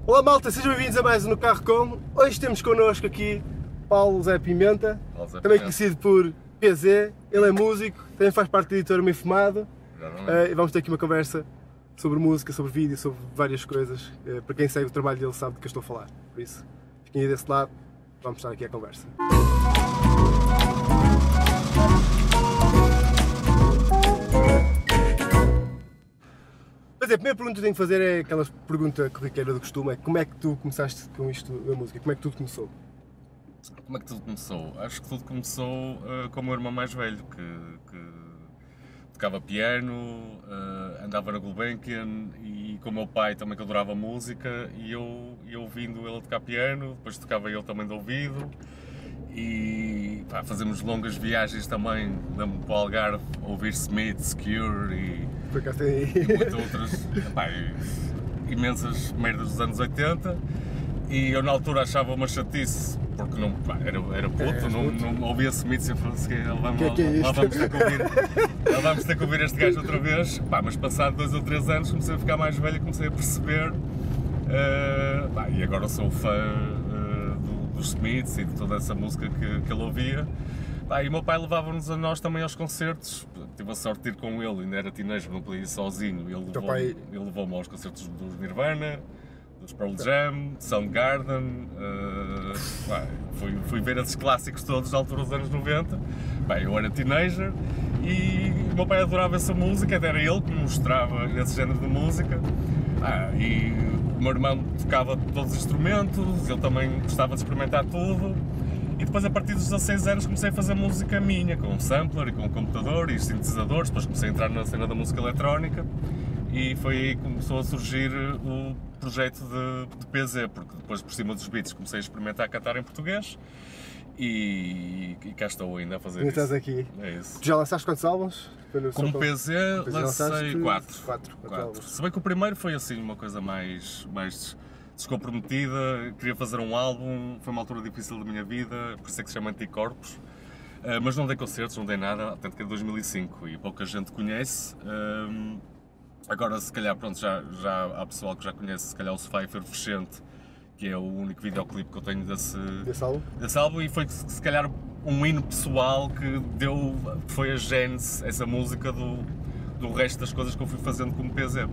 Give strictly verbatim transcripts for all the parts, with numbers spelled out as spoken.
Olá malta, sejam bem-vindos a mais um No Carro Com. Hoje temos connosco aqui Paulo Zé Pimenta, Paulo Zé também Pimenta. conhecido por P Z. Ele é músico, também faz parte da editora Meio Fumado. Uh, e vamos ter aqui uma conversa sobre música, sobre vídeo, sobre várias coisas. Uh, para quem segue o trabalho dele sabe do que eu estou a falar. Por isso, fiquem aí desse lado, vamos estar aqui à conversa. Mas é, a primeira pergunta que tenho que fazer é aquela pergunta corriqueira do costume, é como é que tu começaste com isto da música? Como é que tudo começou? Como é que tudo começou? Acho que tudo começou uh, com o meu irmão mais velho, que, que tocava piano, uh, andava na Gulbenkian, e com o meu pai também, que adorava música, e eu, eu ouvindo ele a tocar piano, depois tocava eu também de ouvido, e pá, fazemos longas viagens também, lembro-me para o Algarve, a ouvir Smith, Cure e, Por acaso tem... e muitas outras, pá, imensas merdas dos anos oitenta, e eu na altura achava uma chatice, porque não, pá, era, era puto, É, não, puto. não ouvia Smith e eu falei assim, vamos, Que é que é lá, lá isto? vamos ter que ouvir, lá vamos ter que ouvir este gajo outra vez, pá, mas passado dois ou três anos comecei a ficar mais velho e comecei a perceber, uh, pá, e agora sou fã uh, do, dos Smiths e de toda essa música que, que ele ouvia. Pá, e o meu pai levava-nos a nós também aos concertos, tive a sorte de ir com ele, ainda era teenager, não podia ir sozinho, ele levou-me pai- ele levou-me aos concertos dos Nirvana, dos Pearl Jam, Soundgarden, uh, pá, fui, fui ver esses clássicos todos da altura dos anos noventa, pá, eu era teenager e o meu pai adorava essa música, era ele que me mostrava esse género de música, pá, e o meu irmão tocava todos os instrumentos, ele também gostava de experimentar tudo. E depois, a partir dos dezasseis anos, comecei a fazer música minha, com um sampler e com um computador e sintetizadores, depois comecei a entrar na cena da música eletrónica e foi aí que começou a surgir o projeto de, de P Z, porque depois, por cima dos beats, comecei a experimentar cantar em português e, e cá estou ainda a fazer Ainda isso. estás aqui. É isso. Tu já lançaste quantos álbuns? Foi no Como São P Z, P Z lancei lançaste quatro. quatro, quatro álbuns. Se bem que o primeiro foi assim, uma coisa mais, mais descomprometida, queria fazer um álbum, foi uma altura difícil da minha vida, por isso é que se chama Anticorpos, uh, mas não dei concertos, não dei nada, tanto que é de dois mil e cinco e pouca gente conhece. Um, agora, se calhar, pronto, já, já há pessoal que já conhece, se calhar, o Sofá Efervescente, que é o único videoclipe que eu tenho desse, Desse álbum? desse álbum, e foi se calhar um hino pessoal que deu, que foi a gênese, essa música do, do resto das coisas que eu fui fazendo como P Z.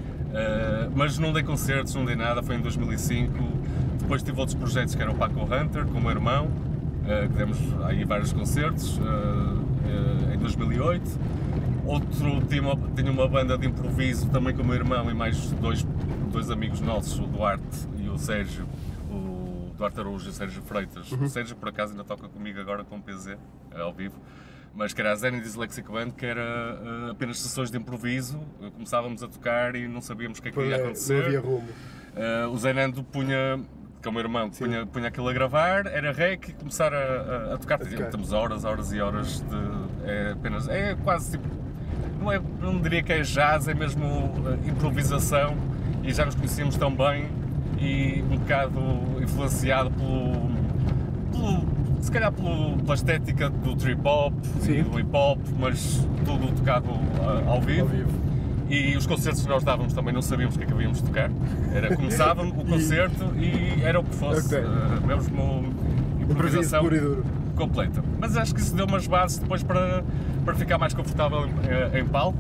Uh, mas não dei concertos, não dei nada, foi em dois mil e cinco, depois tive outros projetos que eram o Paco Hunter, com o meu irmão, uh, que demos aí vários concertos, uh, uh, em dois mil e oito. Outro, tinha uma, tinha uma banda de improviso também com o meu irmão e mais dois, dois amigos nossos, o Duarte e o Sérgio, o Duarte Araújo e o Sérgio Freitas. Uhum. O Sérgio, por acaso, ainda toca comigo agora com o P Z, ao vivo. Mas que era a Zen Dyslexic Band, que era uh, apenas sessões de improviso, uh, começávamos a tocar e não sabíamos o que é que ia acontecer. Não havia rumo. Uh, o Zenando punha, que é o meu irmão, que punha, punha aquilo a gravar, era rec e começar a, a, a tocar. A tocar. Temos horas, horas e horas de. É apenas. É quase tipo. Não, é, não diria que é jazz, é mesmo uh, improvisação, e já nos conhecíamos tão bem e um bocado influenciado pelo. pelo se calhar pelo, pela estética do trip-hop e do hip-hop, mas tudo tocado uh, ao vivo. Ao vivo. E os concertos que nós dávamos também não sabíamos o que é que havíamos de tocar. Era, começava o concerto e era o que fosse, Ok. uh, mesmo Improviso improvisação puro e duro. completa. Mas acho que isso deu umas bases depois para, para ficar mais confortável em, em palco.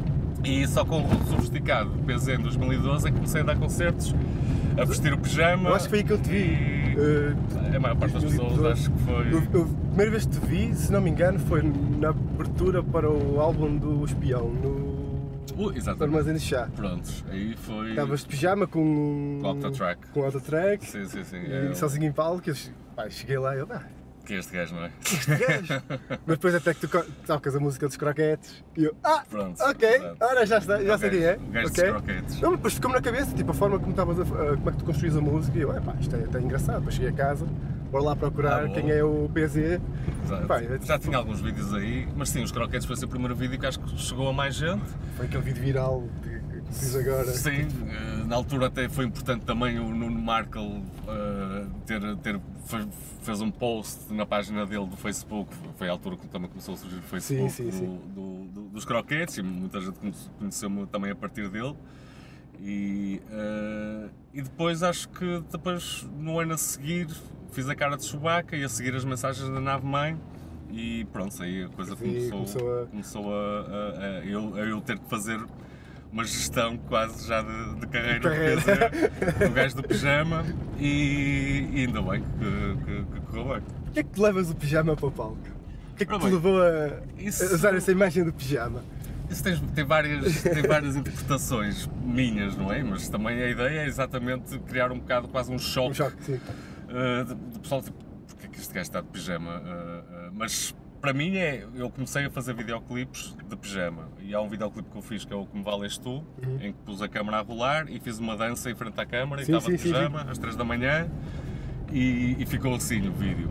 E só com o sofisticado P Z em dois mil e doze é que comecei a dar concertos, a vestir o pijama. Eu acho que foi aí que eu te vi. E, Uh, a maior parte das pessoas acho que foi. Eu, eu, a primeira vez que te vi, se não me engano, foi na abertura para o álbum do Espião, no Uh, exatamente. Armazém de Chá. Prontos, aí foi. Estavas de pijama com um. Com Octatrack. Com Octatrack. Sim, sim, sim. E É, sozinho em palco, eu pá, cheguei lá e eu, ah, que é este gajo, não é? este gajo. Mas depois até que tu co- tocas a música dos croquetes e eu, ah, Pronto. ok, exato. ora já, sei- já sei Ok, quem é. O gajo dos ok. croquetes. Não, mas depois ficou-me na cabeça, tipo, a forma como estavas a, a- como é que tu construís a música e eu, é pá, isto é até engraçado. Depois cheguei a casa, bora lá procurar Ah, bom. quem é o P Z. Exato. Pá, eu- Já tinha alguns vídeos aí, mas sim, os croquetes foi o primeiro vídeo que acho que chegou a mais gente. Foi aquele vídeo viral que que diz agora. Sim, eh, na altura até foi importante também o Nuno Markle eh, ter, ter, fe- fez um post na página dele do Facebook, foi a altura que também começou a surgir o Facebook Sim, sim, do- sim. do- do- dos croquetes e muita gente conheceu-me também a partir dele. E, uh, e depois acho que depois no ano a seguir fiz a cara de Chewbacca e a seguir as mensagens da nave-mãe e pronto, aí a coisa Sim, começou, começou a- começou a, a- a eu, a eu ter que fazer uma gestão quase já de, de carreira, Carreira. quer dizer, do gajo do pijama e, e ainda bem que, que, que correu bem. Porquê é que te levas o pijama para o palco? O que é que Ora te bem, levou a, isso- a usar essa imagem do pijama? Isso tem, tem, várias, tem várias interpretações minhas, não é? Mas também a ideia é exatamente criar um bocado, quase um choque, Um choque, sim. uh, de- do pessoal, tipo, porque é que este gajo está de pijama? Uh, uh, mas para mim é, eu comecei a fazer videoclipes de pijama e há um videoclipe que eu fiz que é o Que Me Vales Tu, Uhum. em que pus a câmera a rolar e fiz uma dança em frente à câmara Sim, e estava sim, de sim, pijama às três da manhã e, e ficou assim o vídeo.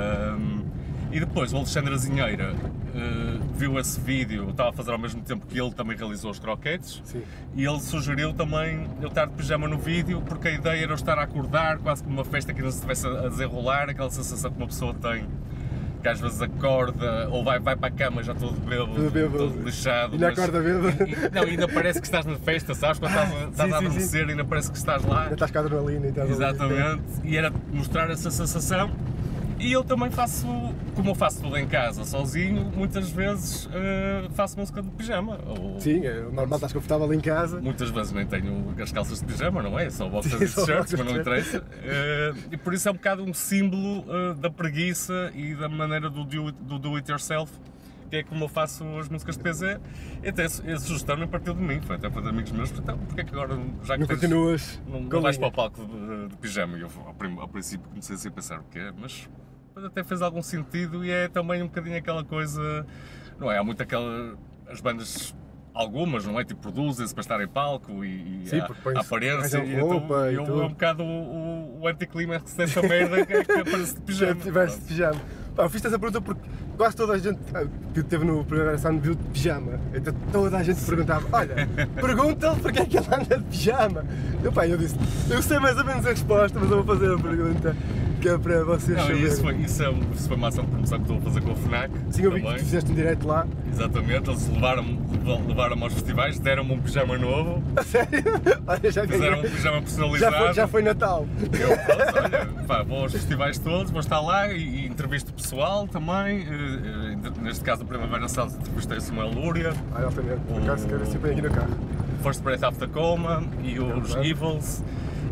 Um, e depois o Alexandre Azinheira uh, viu esse vídeo, eu estava a fazer ao mesmo tempo que ele também realizou os croquetes Sim. e ele sugeriu também eu estar de pijama no vídeo porque a ideia era eu estar a acordar quase como uma festa que ainda se estivesse a desenrolar, aquela sensação que uma pessoa tem que às vezes acorda ou vai, vai para a cama já todo bêbado, Todo bêbado. todo lixado. Ainda mas- acorda bêbado. e- e- Não, ainda parece que estás na festa, sabes? Quando estás, a- estás sim, a sim, adormecer ainda parece que estás lá. Ainda estás com a adrenalina e estás ali. Exatamente, e era mostrar essa sensação. E eu também faço, como eu faço tudo em casa, sozinho, muitas vezes eh, faço música de pijama. Ou, Sim, é normal, estás confortável em casa. Muitas vezes nem tenho as calças de pijama, não é? Só boxers Sim, e só t-shirts, boxers mas não e interessa. Eh, e por isso é um bocado um símbolo eh, da preguiça e da maneira do do, do do it yourself, que é como eu faço as músicas de P Z. E até esse sugestão não partiu de mim, foi até para amigos meus. Então, porque é que agora, já que Não tens, continuas não, com não vais linha. para o palco de, de pijama? E eu, ao, prim- ao princípio, comecei assim a pensar o quê? Mas depois até fez algum sentido e é também um bocadinho aquela coisa, não é? Há muito aquela. As bandas. Algumas, não é? Tipo, produzem-se para estar em palco e, e Sim, a, porque põe-se- a aparência. arranjam E roupa então, e eu, tudo. é um bocado o, o, o anticlímax dessa merda que, que aparece de Já pijama. tiveste de pijama. Pá, eu fiz essa pergunta porque quase toda a gente ah, que teve no primeiro Sound viu de pijama. Então toda a gente perguntava: olha, pergunta-lhe porque é que ele anda de pijama. Eu, pá, eu disse: eu sei mais ou menos a resposta, mas eu vou fazer a pergunta que é para vocês Não, saberem. isso foi, isso, é, isso foi uma ação de promoção que estou a fazer com a FNAC. Sim, eu vi que também. tu fizeste um direto lá. Exatamente, eles levaram-me levaram aos festivais, deram-me um pijama novo, A sério? Olha, já fizeram um ganhei. pijama Já personalizado. foi, já foi Natal. Eu, pronto, olha, pá, vou aos festivais todos, vou estar lá e, e entrevisto o pessoal também. eh, eh, Neste caso, a Primavera Sound, entrevistei o Samuel Lúria, Olha, altamente. Por acaso, quero assim bem aqui no carro. First Breath After Coma e os verdade. Evils.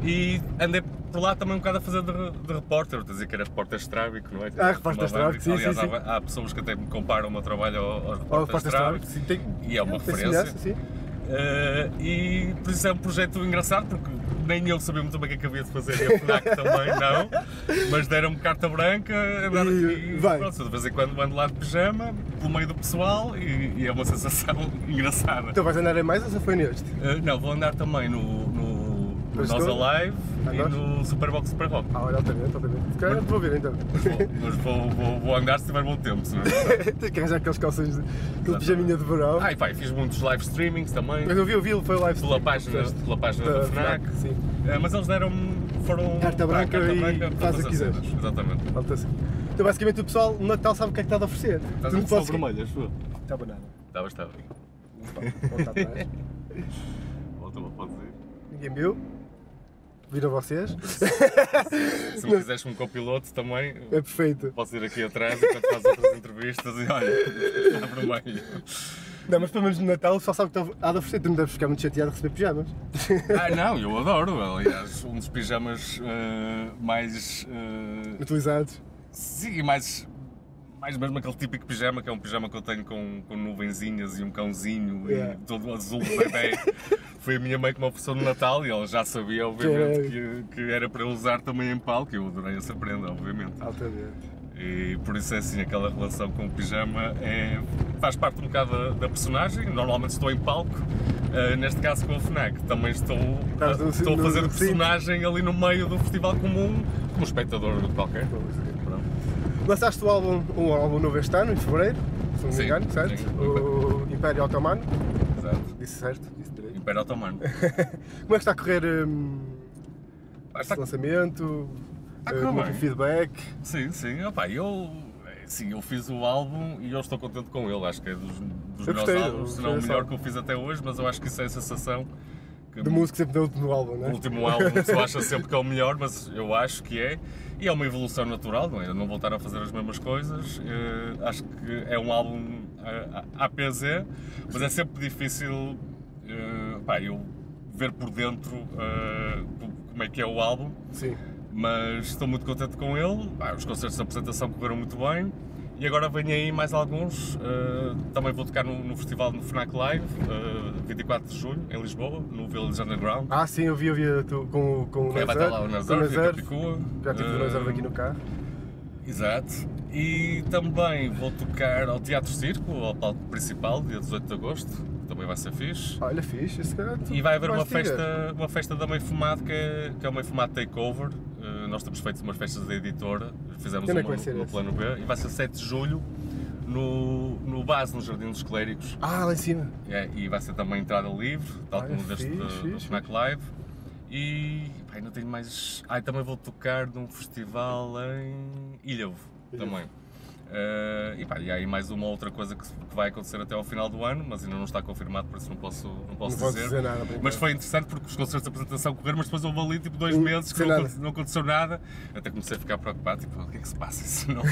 E andei por lá também um bocado a fazer de, de repórter, estou a dizer que era repórter estrábico, não é? Ah, repórter Uma banda- estrábico, sim, Aliás, sim, sim. há, há pessoas que até me comparam o meu trabalho ao- aos Olha, repórteres Porta estrábicos. Estrada, sim, tem. E é uma tem referência. semelhança, sim. Uh, e por isso é um projeto engraçado porque nem eu sabia muito bem o que é que havia de fazer e a FNAC também não, mas deram-me carta branca andar, E e, vai. pronto, de vez em quando ando lá de pijama pelo meio do pessoal e, e é uma sensação engraçada. Então vais andar em mais ou só foi neste? Uh, não, vou andar também no, no, no Pois Nós estou. Alive Ah, e nós? no Superbox Super Rock. Ah, olha, altamente, altamente. Se calhar vou ver então. Vou- Mas vou, vou, vou andar se tiver bom tempo. Se não é? Tens que arranjar aqueles calções, de- aquele pijaminha de verão. Ah, e pá, fiz muitos live streamings também, Mas eu vi, eu vi, foi o live pela stream. página, Fizeste. pela página da, Da FNAC. FNAC, sim. É, mas eles deram-me, foram Carta pá, branca carta e branca para faz o todas que as quiseres. cenas. Exatamente. Falta assim. Então basicamente o pessoal no Natal sabe o que é que está a oferecer. Estás Tu a não só podes- vermelho, acho eu. Estava nada. Estava, estava. Volta atrás. Volta, pode dizer. Ninguém viu. Viram vocês? Se me quiseres um copiloto também, É perfeito. posso ir aqui atrás enquanto faz outras entrevistas e olha, está vermelho. Não, mas pelo menos no Natal o pessoal sabe o que está a oferecer. Tu não deves ficar muito chateado a receber pijamas. Ah, não, eu adoro. Aliás, um dos pijamas eh, mais. eh, Utilizados. sim, mais. Mais mesmo aquele típico pijama, que é um pijama que eu tenho com, com nuvenzinhas e um cãozinho Yeah. e todo azul bebê. Foi a minha mãe que me ofereceu no Natal e ela já sabia, obviamente, que, que era para eu usar também em palco. Eu adorei essa prenda, obviamente. Altamente. E por isso é assim, aquela relação com o pijama é, faz parte um bocado da, da personagem. Normalmente estou em palco, uh, neste caso com a FNAC. Também estou, Estás no- estou a no- fazer no de personagem ali no meio do festival comum, como espectador qualquer. Pronto. Lançaste o álbum, um álbum novo este ano, em Fevereiro, se não me Sim, engano, certo? sim. O Império Otomano. Exato. Disse certo? Disse direito. Império Otomano. Como é que está a correr hum, Ah, esse está- lançamento? Está a Uh, correr como é que bem. o feedback? Sim, sim. Opa, eu, sim, eu fiz o álbum e eu estou contente com ele. Acho que é dos, dos Eu melhores gostei, álbuns, eu se não o gostei melhor desse que eu fiz até hoje, mas eu acho que isso é a sensação que que... Do músico sempre do último álbum, não é? O último álbum se acha sempre que é o melhor, mas eu acho que é. E é uma evolução natural, não é? Eu não voltar a fazer as mesmas coisas. Uh, acho que é um álbum uh, A P Z, mas é sempre difícil uh, pá, eu ver por dentro uh, como é que é o álbum. Sim. Mas estou muito contente com ele. Pá, os concertos de apresentação correram muito bem. E agora vem aí mais alguns. Uh, também vou tocar no, no festival no Fnac Live, uh, vinte e quatro de junho, em Lisboa, no Village Underground. Ah, sim, eu vi, eu vi tu, com, com o É, vai estar lá o Nazar, e a Capicua. Já tive o Nazar aqui no carro. Exato. E também vou tocar ao Teatro Circo, ao palco principal, dia dezoito de agosto, que também vai ser fixe. Olha, fixe, esse cara. E vai haver uma festa, uma festa da Meio Fumado, que é, que é o Meio Fumado Takeover. Uh, nós temos feito umas festas da editora, fizemos uma no, no Plano B, e vai ser sete de julho no, no base, no Jardim dos Clérigos. Ah, lá em cima. É, e vai ser também entrada livre, tal como deste do Fnac Live. E pá, ainda tenho mais. Ah, também vou tocar num festival em Ilhavo também. Uh, e, pá, e há aí mais uma outra coisa que, que vai acontecer até ao final do ano, mas ainda não está confirmado, por isso não posso, não posso não dizer. dizer nada, mas foi interessante porque os concertos de apresentação correram, mas depois houve ali tipo dois meses que não, não aconteceu nada. Até comecei a ficar preocupado, tipo, o que é que se passa? Isso não...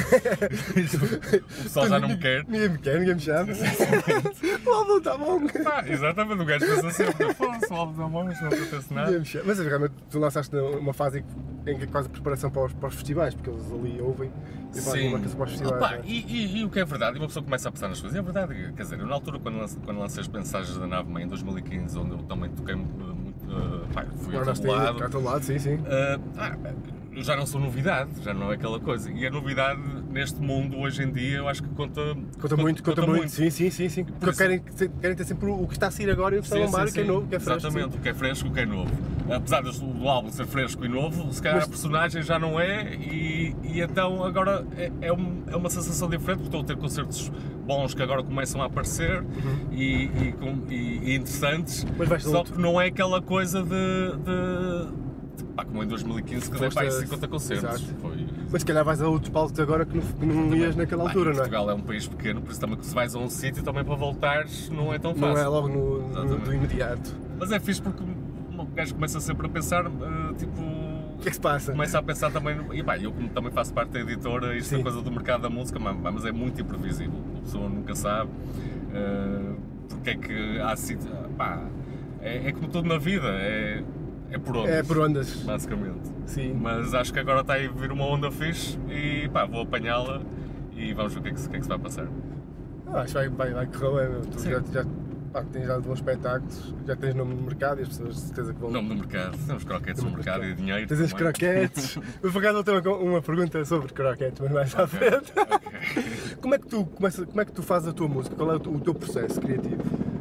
o pessoal já não me quer. Ninguém me quer, ninguém me chama. O álbum está bom. Ah, exatamente, o gajo pensa sempre, foda-se, o álbum está bom, mas não acontece nada. Mas realmente tu lançaste uma fase em que é quase a preparação para os, para os festivais, porque eles ali ouvem e fazem uma coisa para os festivais. Opa, e, e, e o que é verdade, e uma pessoa começa a pensar nas coisas, e é verdade, quer dizer, eu na altura quando lancei, quando lancei as mensagens da Nave Mãe em dois mil e quinze, onde eu também toquei muito, uh, pá, fui a todo lado, a todo lado, sim, sim. Uh, ah, já não sou novidade, já não é aquela coisa, e a novidade neste mundo hoje em dia eu acho que conta, conta, conta muito, conta, conta muito. muito, sim, sim, sim, sim. Porque isso... querem, querem ter sempre o que está a sair agora e o que está a bombar, o que é novo, o que é fresco. Exatamente, sim. O que é fresco, o que é novo. Apesar do, do álbum ser fresco e novo, se calhar Mas... a personagem já não é, e, e então agora é, é, um, é uma sensação diferente, porque estou a ter concertos bons que agora começam a aparecer uhum. e, e, com, e, e interessantes, só que não é aquela coisa de, de pá, como em dois mil e quinze que dei para cinquenta concertos. Foi... Mas se calhar vais a outros palcos agora que não, que não ias naquela pá, altura, não é? Portugal é um país pequeno, por isso também que se vais a um sítio também para voltares não é tão fácil. Não é logo no, no, no imediato. Mas é fixe porque o gajo começa sempre a pensar, uh, tipo... O que é que se passa? Começa a pensar também, no... e pá, eu como também faço parte da editora, isto é coisa do mercado da música, mas é muito imprevisível, a pessoa nunca sabe uh, porque é que há sítio... Pá, é, é como tudo na vida, é... É por ondas. É por ondas. Basicamente. Sim. Mas acho que agora está aí a vir uma onda fixe e pá, vou apanhá-la e vamos ver o que é que, que, é que se vai passar. Ah, acho que vai, vai, vai correr bem. Tu já, já pá, tens dado bons espetáculos, já tens nome no mercado e as pessoas de certeza que vão. Nome no mercado, temos croquetes no, no mercado, mercado e dinheiro. Tens as croquetes. Eu por acaso vou ter uma, uma pergunta sobre croquetes, mas mais okay. à frente. Okay. Como é que tu começas, como é que tu fazes a tua música? Qual é o, o teu processo criativo?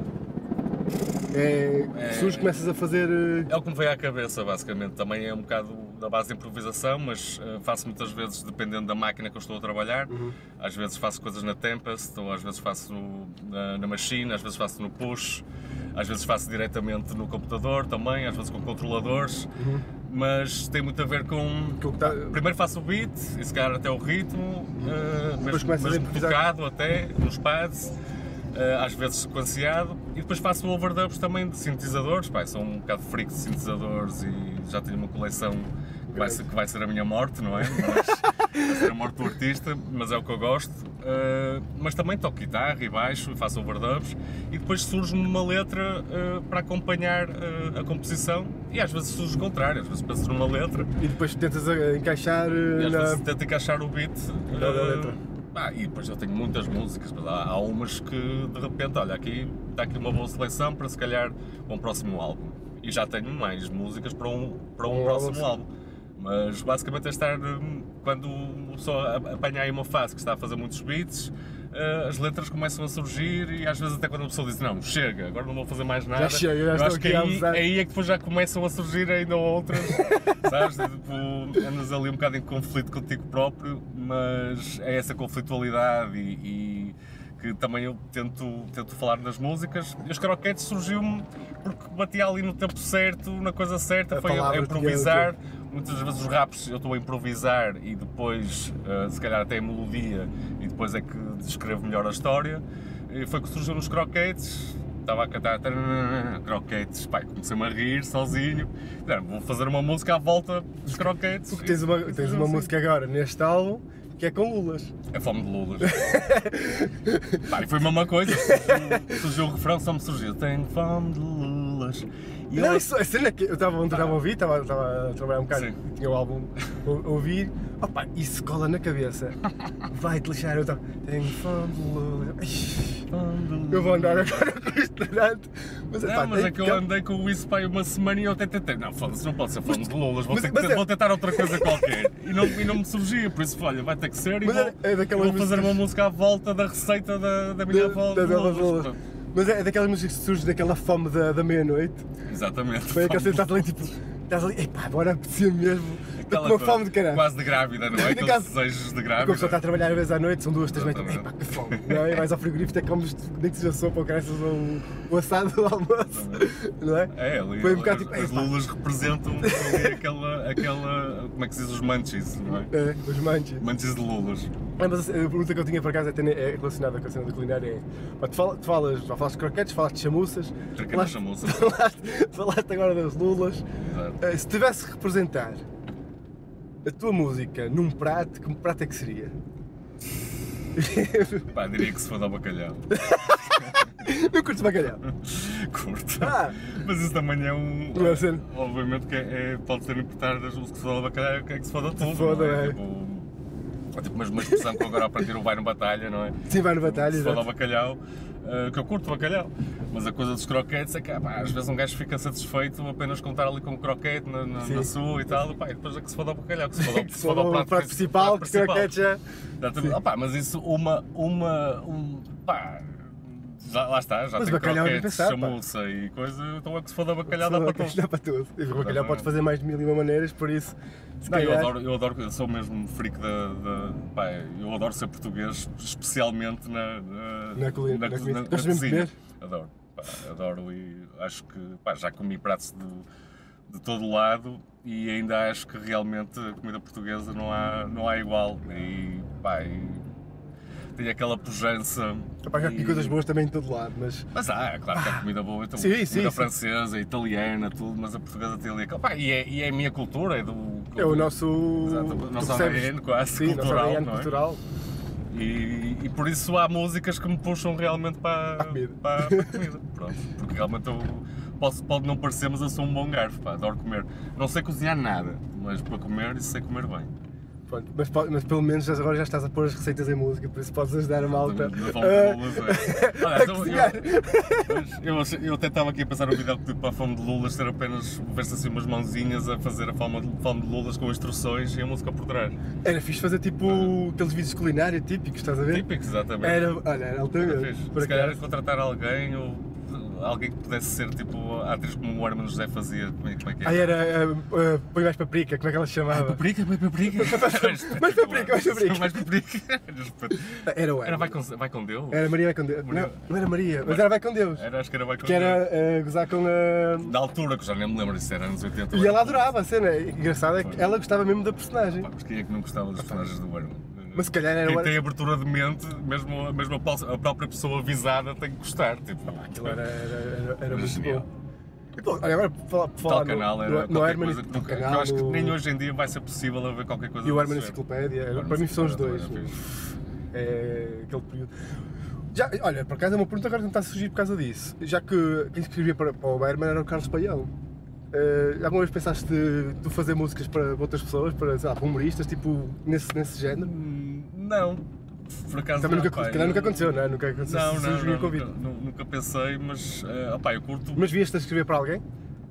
É, é, surge, começas a fazer... É o que me veio à cabeça, basicamente. Também é um bocado da base de improvisação, mas uh, faço muitas vezes dependendo da máquina que eu estou a trabalhar. Uhum. Às vezes faço coisas na Tempest, ou às vezes faço no, na, na Machine, às vezes faço no Push, às vezes faço diretamente no computador também, às vezes com controladores. Uhum. Mas tem muito a ver com... com tá... Primeiro faço o beat, e se calhar até o ritmo, uh, mesmo, mesmo tocado até, nos pads. Uh, às vezes sequenciado, e depois faço overdubs também de sintetizadores. Pá, sou um bocado freak de sintetizadores e já tenho uma coleção que vai ser, que vai ser a minha morte, não é? Mas, vai ser a morte do artista, mas é o que eu gosto. Uh, mas também toco guitarra e baixo e faço overdubs, e depois surge-me uma letra uh, para acompanhar uh, a composição, e às vezes surge o contrário, às vezes penso numa letra e depois tentas encaixar uh, e às na... vezes tento encaixar o beat uh, da letra. Ah, e depois eu tenho muitas músicas, mas há, há umas que de repente, olha, aqui está aqui uma boa seleção para se calhar um próximo álbum. E já tenho mais músicas para um, para um, um próximo álbum. Mas basicamente é estar, quando a pessoa apanha aí uma fase que está a fazer muitos beats, as letras começam a surgir e às vezes até quando a pessoa diz não, chega, agora não vou fazer mais nada. Já chega, já eu acho que aí, a aí é que depois já começam a surgir ainda outras, sabes? Tipo, andas ali um bocado em conflito contigo próprio, mas é essa conflitualidade e, e que também eu tento, tento falar nas músicas. E os croquetes surgiu-me porque batia ali no tempo certo, na coisa certa, a foi a, a improvisar. Muitas vezes os raps eu estou a improvisar e depois, uh, se calhar até a melodia, e depois é que descrevo melhor a história. E foi que surgiu nos croquetes, estava a cantar croquetes, pá, comecei-me a rir sozinho, não, vou fazer uma música à volta dos croquetes. Porque tens uma, tens uma música agora neste álbum que é com lulas. É fome de lulas. Pá, e foi a mesma coisa, surgiu, surgiu o refrão, só me surgiu, tenho fome de lulas. E Não, eu... isso, a cena que eu estava a ouvir, estava, estava a trabalhar um bocado, Sim. tinha o álbum a ouvir, opa, isso cola na cabeça, vai-te lixar, eu estava, tenho fome de lulas, eu vou andar agora com isto durante, mas, Não, epá, mas tem é que eu que- andei com isso pá, uma semana e eu até tentei, não, foda-se, não pode ser fome de lulas, vou, mas- ter, mas que- é- vou tentar outra coisa qualquer, e não, e não me surgia, por isso, olha, vai ter que ser e Mas vou, é- é daquelas vou fazer músicas- uma música à volta da receita da, da minha avó da- de da- da- lulas. da- Mas é daquelas músicas que surge daquela fome da, da meia-noite. Exatamente. Foi aquela cena que estás ali tipo, estás ali, epá, agora apetecia mesmo. Estou com Aquela uma fome de caralho. Quase de grávida, não é? Aqueles Daquela- desejos de Porque a grávida. pessoa está a trabalhar às vezes à noite, são duas, três noites, Exatamente. epá, que fome. Não é? E vais ao frigorífico, até comes, nem que seja sopa ou caraças ou um, um assado do almoço. Não é? É, ali, Foi um bocado as, tipo, as epá. lulas representam ali aquela, aquela, como é que se diz, os munchies, não é? É, os manches. Munchies de lulas. Ah, mas a pergunta que eu tinha por acaso é, até é relacionada com a cena da culinária é, pá, tu, fala, tu falas, já falaste de croquetes, falaste de chamuças, Pequenas falaste, chamuças. falaste, falaste agora das lulas. Exato. Eh, se tivesse que representar a tua música num prato, que prato é que seria? Pá, diria que se foda ao bacalhau. Eu curto bacalhau. Curto. Ah. Mas isso também é um. Não é cena. Obviamente que é, é- pode ser interpretar das músicas que se foda ao bacalhau, que é que se foda tudo. foda, não é? é. Tipo, é tipo uma expressão que eu agora aprendi o vai no batalha, não é? Sim, vai no batalha, Se foda ao exato. bacalhau, eh, que eu curto bacalhau. Mas a coisa dos croquetes é que pá, às vezes um gajo fica satisfeito apenas com estar ali com um croquete na, na, Sim. na sua e tal, pá, e depois é que se foda ao bacalhau, que se foda ao, Que se for o prato principal, prato porque croquetes já... Exatamente. Opá, mas isso, uma, uma, um, pá, já, lá está, já Mas tem bacalhau nem croquetes, pensar, pá. chamuça e coisa, então é que se foda bacalhau dá para tudo. Dá para tudo. E o bacalhau podes fazer mais de mil e uma maneiras, por isso... se Não, eu calhar- adoro, eu adoro, eu sou mesmo freak da, da pá, eu adoro ser português, especialmente na, na, Na culi- na comida. Gostas mesmo de cozinha. comer? Adoro, pá, adoro e acho que, pá, já comi pratos de, de todo lado e ainda acho que realmente a comida portuguesa não há, não há igual e, pá, e tem aquela pujança. Rapaz, já comi e- coisas boas também em todo lado, mas... Mas há, é claro que há comida boa, então, Sim, comida sim, sim. francesa, italiana, tudo, mas a portuguesa tem ali aquela. Pá, e, é, e é a minha cultura, é do. É o nosso... Exato, o tu nosso percebes? A D N quase Sim, nosso cultural, A D N não é? cultural. E, e por isso há músicas que me puxam realmente para, Para a comida. para, para a comida. Pronto, porque realmente eu posso, pode não parecer, mas eu sou um bom garfo, pá, adoro comer. Não sei cozinhar nada, mas para comer sei comer bem. Pronto, mas, po- mas pelo menos agora já estás a pôr as receitas em música, por isso podes ajudar a malta. Na fome Ah, de lulas, é. Aliás, eu, cozinhar. eu, mas eu, achei- eu até estava aqui a pensar no vídeo que para a fome de lulas ter apenas ver-se assim umas mãozinhas a fazer a fome de, fome de lulas com instruções e a música por trás. Era fixe fazer tipo aqueles vídeos culinários típicos, estás a ver? Típico, exatamente. Era, olha, era Era altamente. fixe. por Se calhar acaso. contratar alguém ou alguém que pudesse ser tipo a atriz como o Hermano José fazia, como é, como é que é? Aí era ah, ah, põe mais paprika, como é que ela se chamava? Paprika, põe paprika. Mais paprika, mais paprika. Mais paprika. Era o Era vai com, vai com Deus? Era Maria vai com Deus. Maria- Não, não era Maria, mas era vai com Deus. Era, acho que era vai com Que Deus. era ah, gozar com a. Da altura, que eu já nem me lembro disso, era anos oitenta. E ela adorava a cena. Engraçado é que Foi. ela gostava mesmo da personagem. Pá, mas quem é que não gostava dos personagens do Herman? Mas se calhar era Quem o- tem abertura de mente, mesmo, mesmo a, pos- a própria pessoa avisada tem que gostar. Tipo, Aquilo era, era, era, era muito genial. bom. Então, olha, agora por falar, por Tal falar canal no, era no, no qualquer Herman, coisa que, no nunca- que canal, eu acho que no- nem hoje em dia vai ser possível haver qualquer coisa E o desse Herman género. Enciclopédia, O Herman para mim são os dois. Enciclopédia era fixe. É aquele período. Já, olha, por acaso é uma pergunta agora que não está a surgir por causa disso. Já que quem escrevia para, para o Herman era o Carlos Paião. Uh, alguma vez pensaste tu fazer músicas para outras pessoas, para, sei lá, para humoristas, tipo, nesse, nesse género? Hum, Não, por acaso Também não, nunca, pá, se calhar eu- nunca aconteceu, não é? Nunca aconteceu, Não, não, surgiu não, o convite. nunca, nu- nunca pensei, mas eh, opá, eu curto. Mas vias-te a escrever para alguém?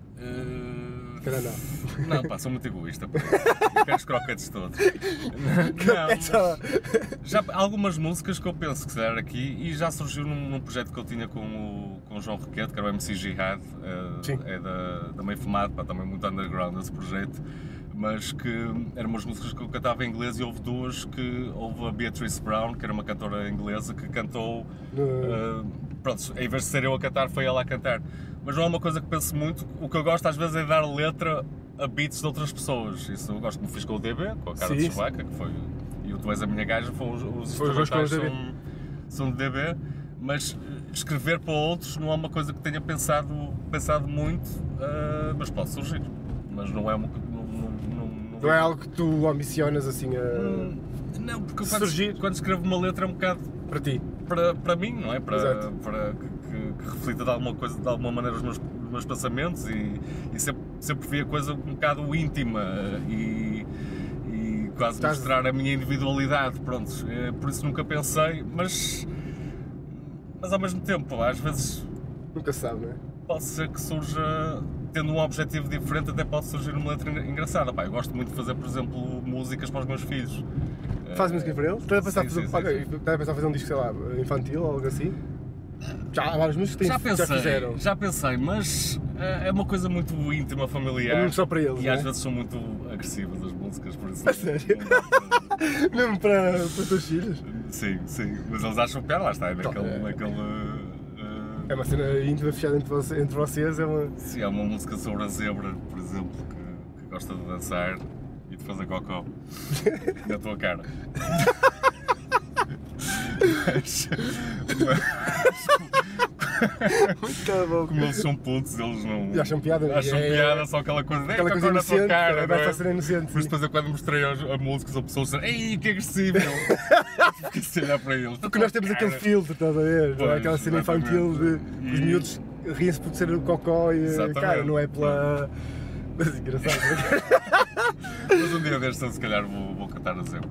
eh, Se calhar não. Não, pá, sou muito egoísta. pá. Eu quero os croquetes todos. Não, É só... já há algumas músicas que eu penso que se calhar aqui e já surgiu num, num projeto que eu tinha com o, com o João Requete, que era o M C Jihad, eh, Sim. é da, da Meio Fumado, pá, também muito underground esse projeto, mas que eram umas músicas que eu cantava em inglês e houve duas que houve a Beatrice Brown, que era uma cantora inglesa, que cantou, No- eh, pronto, em vez de ser eu a cantar, foi ela a cantar. Mas não é uma coisa que penso muito, o que eu gosto às vezes é dar letra a beats de outras pessoas, isso eu gosto, como fiz com o D B, com a cara Sim, de sim. Chewbacca, que foi, e o Tu És a Minha Gaja, foram os, os Foi os dois com instrumentais os D B. são, são de D B, mas escrever para outros não é uma coisa que tenha pensado, pensado muito, uh, mas pode surgir. Mas não é uma não, não, não, não é algo que tu ambicionas assim a. Hum, não, porque quando, surgir. quando escrevo uma letra é um bocado Para ti. para, para mim, não é? Para, Exato. para que, que, que reflita de alguma coisa, de alguma maneira os meus, os meus pensamentos e, e sempre, sempre vi a coisa um bocado íntima e, e quase Estás... mostrar a minha individualidade, pronto. É, por isso nunca pensei, mas, mas ao mesmo tempo, às vezes Nunca se sabe, não é? pode ser que surja, tendo um objetivo diferente, até pode surgir uma letra engraçada. Pá, eu gosto muito de fazer, por exemplo, músicas para os meus filhos. Faz música para eles? Estás a pensar Sim, fazer, sim, sim, olha, sim. estás a pensar fazer um disco, sei lá, infantil ou algo assim? Já há vários músicos que Já têm- pensei, já fizeram. já pensei, mas é é uma coisa muito íntima, familiar. É mesmo só para eles, E não é? às vezes são muito agressivas as músicas, por isso. A sério? não dá para- Mesmo para, para os teus filhos? Sim, sim, mas eles acham pior, lá está, é naquele. É. naquele uh, É uma cena íntima fechada entre, você- entre vocês, é uma. se há uma música sobre a zebra, por exemplo, que, que gosta de dançar e de fazer cocó na tua cara. mas, Muito bom. como eles são putos, eles não. E acham piada, Acham é- piada, só aquela coisa. Aquela "Ei, coisa cocó na tua inocente, cara, vai não é?" para ser inocente. Mas sim. depois eu quando mostrei as, a música, as pessoas disseram, ei, que agressivo! Eu fiquei a olhar para eles. Porque nós temos aquele filtro, estás a ver? Não é? Pois, Aquela cena exatamente. infantil de os E- miúdos riem-se por ser o cocó e Exatamente. cara, não é pela. Mas engraçado. Mas um dia destes eu se calhar vou, vou cantar a zebra.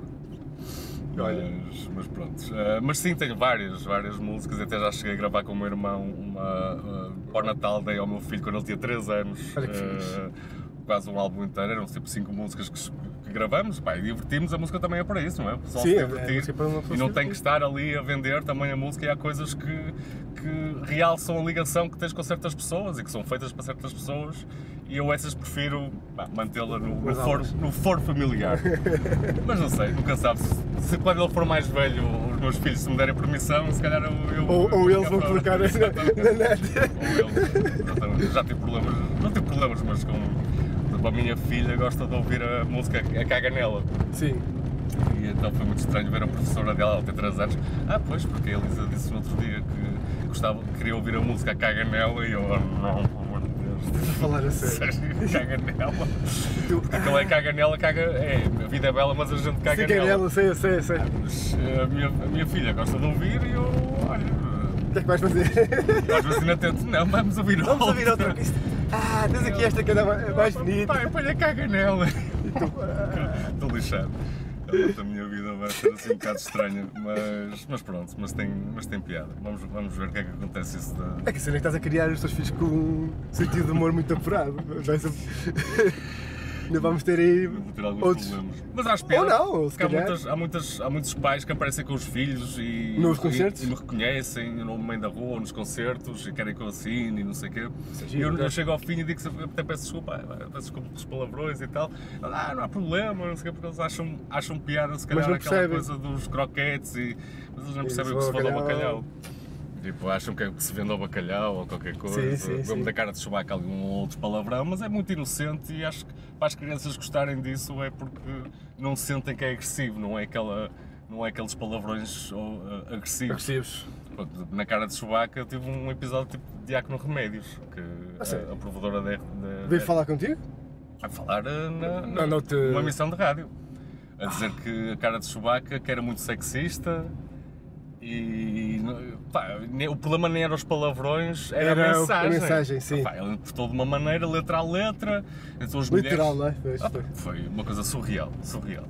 Olha. Mas, mas pronto. Uh, mas sim, tenho várias, várias músicas. Até já cheguei a gravar com o meu irmão uma. Uh, para o Natal dei ao meu filho quando ele tinha três anos. Olha que uh, quase um álbum inteiro, eram tipo cinco músicas que, que gravamos, pá, e divertimos, a música também é para isso, não é? O pessoal Sim, se é- é divertir música para uma pessoa e não se tem que divertir. estar ali a vender também a música, e há coisas que, que realçam a ligação que tens com certas pessoas e que são feitas para certas pessoas, e eu essas prefiro pá, mantê-la no, no, foro, Guardá-las. no foro familiar. Mas não sei, nunca sabe, se, se quando ele for mais velho, os meus filhos se me derem permissão, se calhar eu... eu Ou, eu ou eles vou vão ficar colocar fora. na, na net. Ou eles, exatamente. Já tive problemas, não tive problemas, mas com... A minha filha gosta de ouvir a música a caga nela. Sim. E então foi muito estranho ver a professora dela, ela tem três anos. Ah, pois, porque a Elisa disse no outro dia que gostava, que queria ouvir a música a caga nela e eu, oh, não, pelo amor de Deus. Estás a falar a sério. Sério, caga nela. Tu- Porque aquilo é caga nela, caga. É, a vida é bela, mas a gente caga Sei quem é nela. ela, sei, sei, sei. Ah, mas a minha, a minha filha gosta de ouvir e eu, olha. O que é que vais fazer? Às vezes ainda tento, não, vamos ouvir outra. Vamos ouvir outra coisa. Ah, tens aqui esta que é mais mais bonita. Pai, põe a caga nela. Estou lixado. A outra minha vida vai ser assim um bocado estranha, mas, mas pronto, mas tem, mas tem piada. Vamos, vamos ver o que é que acontece isso da... É que a cena é que estás a criar os teus filhos com um sentido de humor muito apurado. Vai ser- Ainda vamos ter aí. Vou ter alguns Outros- problemas. Mas acho piada. Ou não, ou se porque há, calhar. muitas, há, muitas, há muitos pais que aparecem com os filhos e, Nos e- concertos? e me reconhecem no meio da rua, nos concertos, e querem que eu assine e não sei o quê. Isso é E giro, eu, não é? eu chego ao fim e digo que até peço desculpa, ah, peço desculpa pelos palavrões e tal. Ah, não há problema, não sei o quê, porque eles acham, acham piada, se calhar, não aquela percebem. coisa dos croquetes, e, mas eles não Isso, percebem o que se fode ao bacalhau. bacalhau. Tipo, acham que é o que se vende ao bacalhau ou qualquer coisa. Sim, sim, Vamos sim. da cara de Chewbacca ali um ou outro palavrão, mas é muito inocente e acho que para as crianças gostarem disso é porque não sentem que é agressivo, não é, aquela, não é aqueles palavrões oh, uh, agressivos. Agressivos. Pronto, na cara de Chewbacca eu tive um episódio tipo de Diácono Remédios, que Ah, sério? a, a provedora da, da, Veio falar contigo? a falar uh, na, na, Não, não te- numa emissão de rádio, a dizer que a cara de Chewbacca que era muito sexista. E pá, ne- o problema nem era os palavrões, era, Era a o- a mensagem. mensagem, sim. Pá, ele interpretou de uma maneira, letra a letra. Então as Literal, mulheres... não é? Pois, Ah, foi. foi uma coisa surreal, surreal.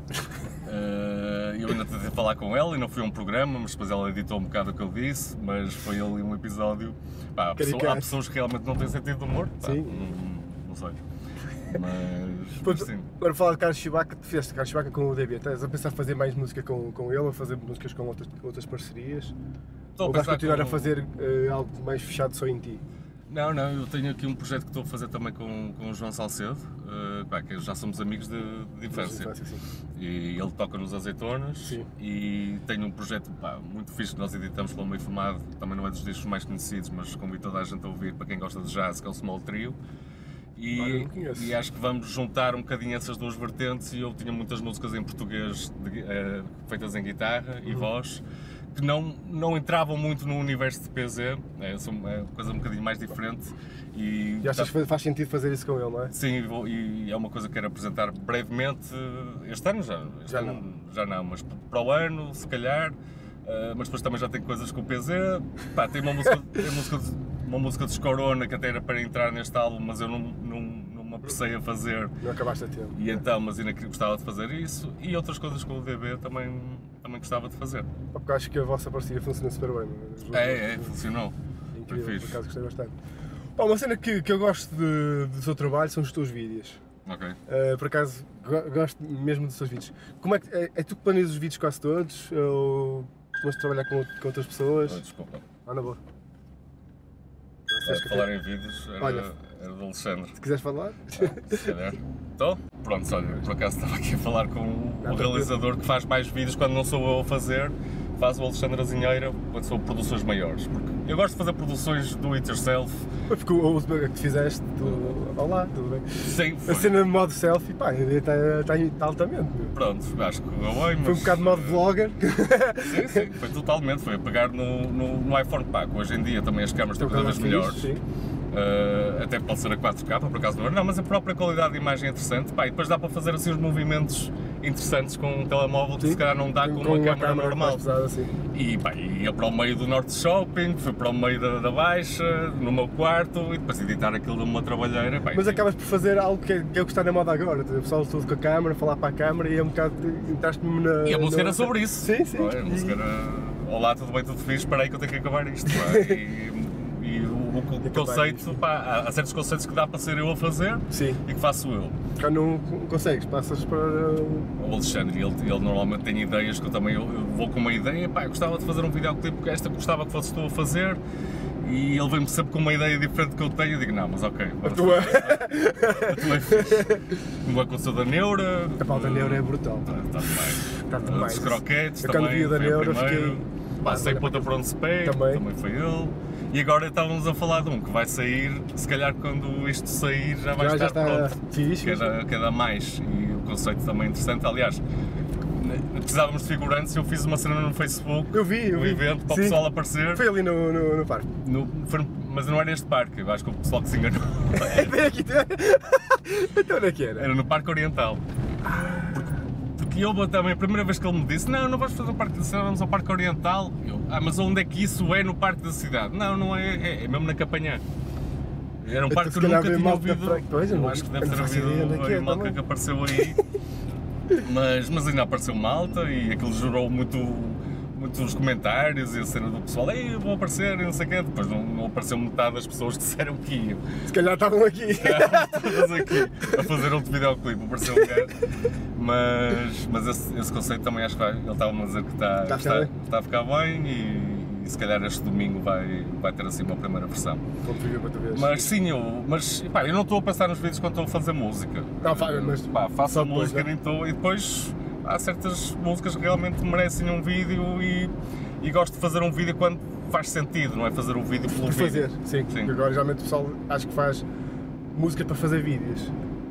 Eh, eu ainda tentei falar com ela e não foi um programa, mas depois ela editou um bocado o que eu disse, mas foi ali um episódio. Pá, há, pessoa- há Caricato. pessoas que realmente não têm sentido de humor, pá, Sim. Não, não sei. Mas, mas Pronto, sim. agora falar de Carlos Chewbacca, tu fizeste Carlos Chewbacca com o D B, estás a pensar fazer mais música com, com ele, ou fazer músicas com outras, outras parcerias? Estou a Ou vais pensar continuar com- a fazer eh, algo mais fechado só em ti? Não, não, eu tenho aqui um projeto que estou a fazer também com, com o João Salcedo, eh, pá, que já somos amigos de, de infância. Infância, sim. E ele toca nos Azeitonas. Sim. E tenho um projeto pá, muito fixe que nós editamos pelo Meio Fumado, também não é dos discos mais conhecidos, mas convido toda a gente a ouvir, para quem gosta de jazz, que é o Small Trio. E, Olha, não conheço. e acho que vamos juntar um bocadinho essas duas vertentes, e eu tinha muitas músicas em português de- eh, feitas em guitarra e Uhum. voz, que não, não entravam muito no universo de P Z, é, é uma coisa um bocadinho mais diferente. E, e achas tá, que faz sentido fazer isso com ele, não é? Sim, vou, e é uma coisa que quero apresentar brevemente, este ano já, este já, ano, não. já não, mas para o ano, se calhar, uh, mas depois também já tenho coisas com o P Z, pá, tem uma música, tem uma música, de, uma música de Corona que até era para entrar neste álbum, mas eu não, não, não me apressei a fazer. Não acabaste a tempo. E então, mas ainda gostava de fazer isso, e outras coisas com o D B também, também gostava de fazer. Porque acho que a vossa parceria funciona super bem. Não é? É, é, funcionou. Incrível, por acaso gostei bastante. Oh, uma cena que, que eu gosto de, do seu trabalho são os teus vídeos. Ok. Uh, por acaso, gosto mesmo dos teus vídeos. Como é, que, é, é tu que planeias os vídeos quase todos? Ou costumas trabalhar com, com outras pessoas? Oh, desculpa. Ah, na boa. Se falar em vídeos, era, olha, era do Alexandre. Se quiseres falar? Ah, se calhar. Estou? Pronto, olha, por acaso estava aqui a falar com o realizador que faz mais vídeos quando não sou eu a fazer. Faz o Alexandre Azinheira quando são produções maiores. Porque eu gosto de fazer produções do it yourself. Porque o último que fizeste, do... olá, tudo bem? Sim, foi. A cena de modo selfie, pá, está, está, está altamente. Pronto, acho que correu bem, mas... Foi um bocado de modo vlogger. Sim, sim, foi totalmente. Foi a pegar no, no, no iPhone Pack. Hoje em dia também as câmaras estão cada vez melhores. Sim. Uh, até pode ser a quatro K, por acaso não, não, mas a própria qualidade de imagem é interessante, pá, e depois dá para fazer assim os movimentos interessantes com um telemóvel que sim, se calhar não dá com, com uma, uma câmera normal. Pesada, assim. E pá, ia para o meio do Norte Shopping, fui para o meio da, da Baixa, no meu quarto, e depois editar aquilo de uma trabalheira. Pá, mas e, acabas por fazer algo que é, que é o que está na moda agora, o pessoal tudo com a câmera, falar para a câmera e é um bocado, entraste-me na... E a música na... era sobre isso. Sim, sim. É? A música e... era, olá, tudo bem, tudo fixe, espera aí que eu tenho que acabar isto. Pá, e, E o, o, o conceito, pá, há certos conceitos que dá para ser eu a fazer. Sim. E que faço eu. Quando não consegues, passas para... O Alexandre, ele, ele normalmente tem ideias que eu também eu, eu vou com uma ideia, pá, eu gostava de fazer um videoclipe porque esta gostava que fosse tu a fazer. E ele vem-me sempre com uma ideia diferente que eu tenho e digo, não, mas ok, a tua... a tua é fixe. Como aconteceu da Neura. A pau da Neura é brutal. Está demais. Está demais. Os croquetes eu também, quando vi a da Neura fiquei... Passei ponta para onde se pega, também. também foi ele. E agora estávamos a falar de um que vai sair, se calhar quando isto sair já vai já, estar já está pronto. Fixe, cada, cada mais. E o conceito também é interessante. Aliás, precisávamos de figurantes e eu fiz uma cena no Facebook. Eu vi, eu um vi. evento para Sim. o pessoal aparecer. Foi ali no, no, no parque. No, foi, mas não era este parque, eu acho que o pessoal que se enganou. Era aqui, então onde é que era? Era no Parque Oriental. Porque eu também, a primeira vez que ele me disse, não, não vamos fazer o Parque da Cidade, vamos ao Parque Oriental. Eu, ah, mas onde é que isso é no Parque da Cidade? Não, não é, é, é mesmo na Campanhã. Era um então, parque que eu nunca tinha ouvido. Pra... Pois, eu não, acho que deve ter havido é, a malta que apareceu aí. mas, mas ainda apareceu malta e aquilo gerou muito, muitos comentários e a cena do pessoal, ei, eu vou aparecer e não sei o quê. Depois não, não apareceu metade das pessoas que disseram que iam. Se calhar estavam aqui. Estavam todas aqui a fazer outro videoclipe, apareceu um gajo. Mas, mas esse, esse conceito também acho que vai, ele estava-me a dizer que está, está, está, está a ficar bem e, e se calhar este domingo vai, vai ter assim uma primeira versão. Mas sim, eu, mas, pá, eu não estou a pensar nos vídeos quando estou a fazer música. Não, mas pá, faço a música depois, nem estou, e depois há certas músicas que realmente merecem um vídeo e, e gosto de fazer um vídeo quando faz sentido, não é fazer um vídeo pelo Por vídeo. fazer, sim. sim. Agora geralmente o pessoal acho que faz música para fazer vídeos.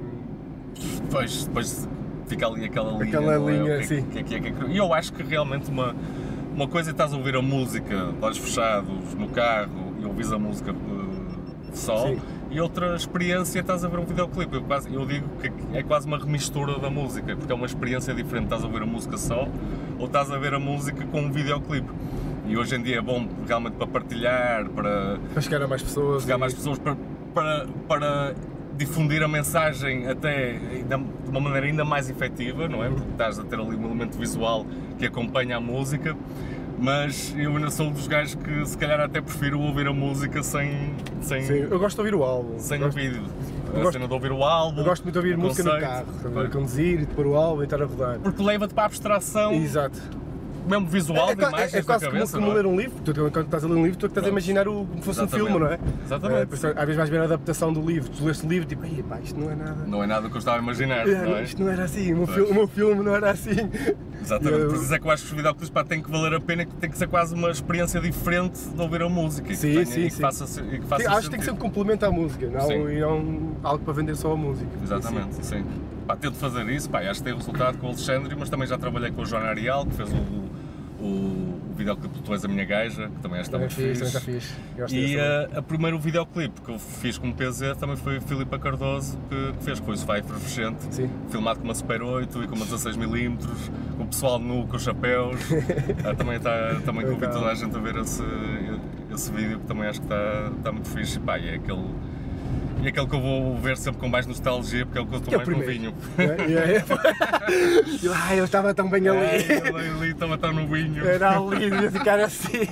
Depois, depois fica ali aquela linha. Aquela linha, é? sim. Que, que, que, que, e eu acho que realmente uma, uma coisa é estás a ouvir a música de olhos fechados, no carro, e ouvis a música de só, sim. E outra experiência é estás a ver um videoclipe. Eu, quase, eu digo que é quase uma remistura da música, porque é uma experiência diferente, estás a ouvir a música só, ou estás a ver a música com um videoclipe. E hoje em dia é bom realmente para partilhar, para... Para chegar a mais pessoas. Chegar a e... mais pessoas, para... para, para difundir a mensagem até de uma maneira ainda mais efetiva, não é? Porque estás a ter ali um elemento visual que acompanha a música, mas eu ainda sou dos gajos que se calhar até prefiro ouvir a música sem... sem Sim, eu gosto de ouvir o álbum. Sem gosto, o vídeo. Eu a gosto, cena de ouvir o álbum. Eu gosto muito de ouvir música conceito, no carro, a conduzir e de pôr o álbum e estar a rodar. Porque leva-te para a abstração. Exato. Mesmo visual, é, de imagens é, é quase na cabeça, como, como ler um livro, tu, quando estás a ler um livro, tu é que estás a imaginar o, como fosse Exatamente. um filme, não é? Exatamente. É, às vezes vais ver a adaptação do livro, tu leste o livro e tipo, pá, isto não é nada. Não é nada que eu estava a imaginar, é, não é? Isto não era assim, o meu, filme, o meu filme não era assim. Exatamente, eu... por isso é que eu acho que os videoclipes pá, tem que valer a pena, que tem que ser quase uma experiência diferente de ouvir a música. Sim, e que sim, tenha, sim. E que faça, e que faça sim, acho que tem que ser um complemento à música, não, e não algo para vender só a música. Exatamente, sim. sim. Pá, tento fazer isso, pá, acho que tem resultado com o Alexandre, mas também já trabalhei com o João Ariel, que fez o, o o videoclipe do Tu És a Minha Gaja, que também acho que está muito fixe. fixe. Também está fixe. Gosto E dessa, uh, a primeiro videoclipe que eu fiz como P Z também foi Filipa Cardoso que, que fez, que foi o Sofá Efervescente, Sim. filmado com uma Super oito e com uma dezasseis milímetros, com o pessoal nu, com os chapéus. uh, também tá, também convido toda a gente a ver esse, esse vídeo, que também acho que está, está muito fixe. E, pá, e é aquele, e é aquele que eu vou ver sempre com mais nostalgia, porque é o que eu estou mais no vinho. Ah, eu estava tão bem ali. É, eu ali estava tão no vinho. Era ali, ia ficar assim.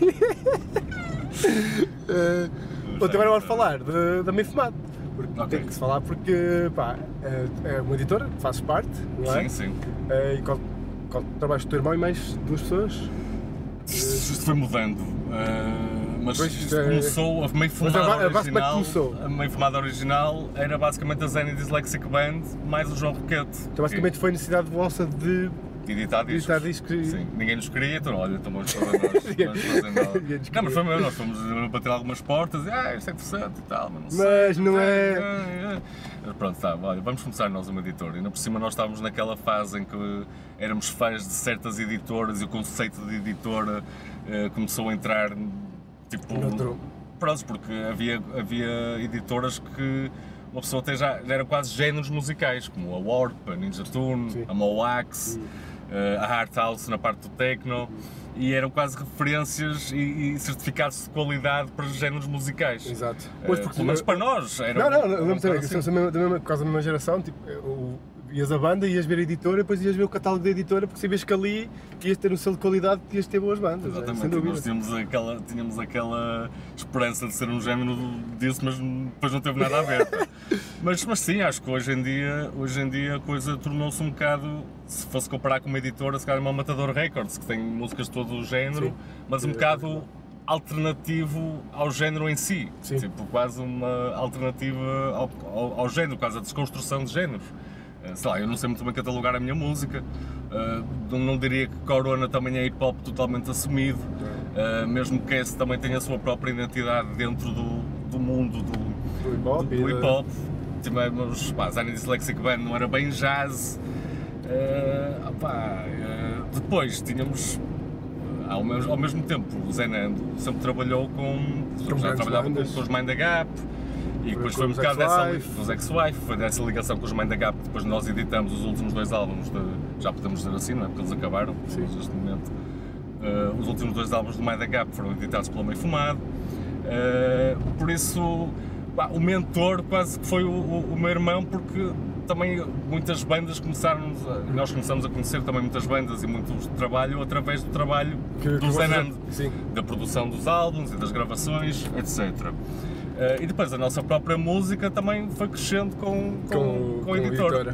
uh, Bom, agora vamos falar de, da Meio Fumado. Porque Okay. tem que se falar porque, pá, é, é uma editora, fazes parte, não é? Sim, sim. Uh, e qual, qual trabalhas com o teu irmão e mais duas pessoas? Isto foi mudando, uh, mas Pois, isto é- começou, a meio Mas a ba- fumada a base como é que original, começou? a meio fumada original era basicamente a Zen Dyslexic Band mais o João Roquete. Então basicamente foi necessidade vossa de que editar discos. editar discos. Sim, ninguém nos queria, então olha, então vamos para nós, vamos fazer nada. Ninguém nos Não, mas queria. foi mesmo, nós fomos bater algumas portas e ah, isto é interessante e tal, mas não sei. Mas não é... Ah, ah. Mas pronto, tá, olha, vamos começar nós uma editora. E ainda por cima nós estávamos naquela fase em que éramos fãs de certas editoras e o conceito de editora eh, começou a entrar tipo. Noutro. Pronto, porque havia, havia editoras que uma pessoa até já, já era quase géneros musicais, como a Warp, a Ninja Tune, Sim. a Moax, eh, a Heart House na parte do techno. E eram quase referências e, e certificados de qualidade para os géneros musicais. Exato. Eh, Pois, porque- pelo menos para nós. Era Não, não, um- não, era um lembro também, bocado somos da mesma, da mesma, quase da mesma geração, tipo, o, ias a banda, ias ver a editora, depois ias ver o catálogo da editora, porque sabias que ali ias ter um selo de qualidade e ias ter boas bandas, é, sem Exatamente, dúvida. nós tínhamos aquela, tínhamos aquela esperança de ser um género disso, mas depois não teve nada a ver. mas, mas sim, acho que hoje em dia, hoje em dia a coisa tornou-se um bocado, se fosse comparar com uma editora, se calhar uma Matador Records, que tem músicas de todo o género, Sim. mas um É, bocado alternativo ao género em si. Sim. Tipo, quase uma alternativa ao, ao, ao género, quase a desconstrução de géneros. Eh, Sei lá, eu não sei muito bem catalogar a minha música, uh, não, não diria que Corona também é hip hop totalmente assumido, uh, mesmo que esse também tenha a sua própria identidade dentro do, do mundo do, Do hip hop. do, e do da- hip hop. Tivemos, pá, Zen Dyslexic Band não era bem jazz, uh, opá, uh, depois tínhamos. Ao mesmo, ao mesmo tempo, o Zenando sempre trabalhou com. Com já grandes trabalhava com, bandas. com os Mind the Gap. E depois Com foi um os bocado dessa li- Ex-Wife. com os Ex-Wife, foi dessa ligação com os Mind the Gap. Depois nós editamos os últimos dois álbuns, de, já podemos dizer assim, não é? Porque eles acabaram, Sim. mas neste momento. Uh, os últimos dois álbuns do Mind the Gap foram editados pela Meio Fumado. Uh, por isso, pá, o mentor quase que foi o, o, o meu irmão, porque também muitas bandas começaram, a, nós começamos a conhecer também muitas bandas e muito trabalho através do trabalho que- que do vocês- Zenando, Sim. da produção dos álbuns e das gravações, etcétera. Uh, e depois a nossa própria música também foi crescendo com, com, Com, com a editora.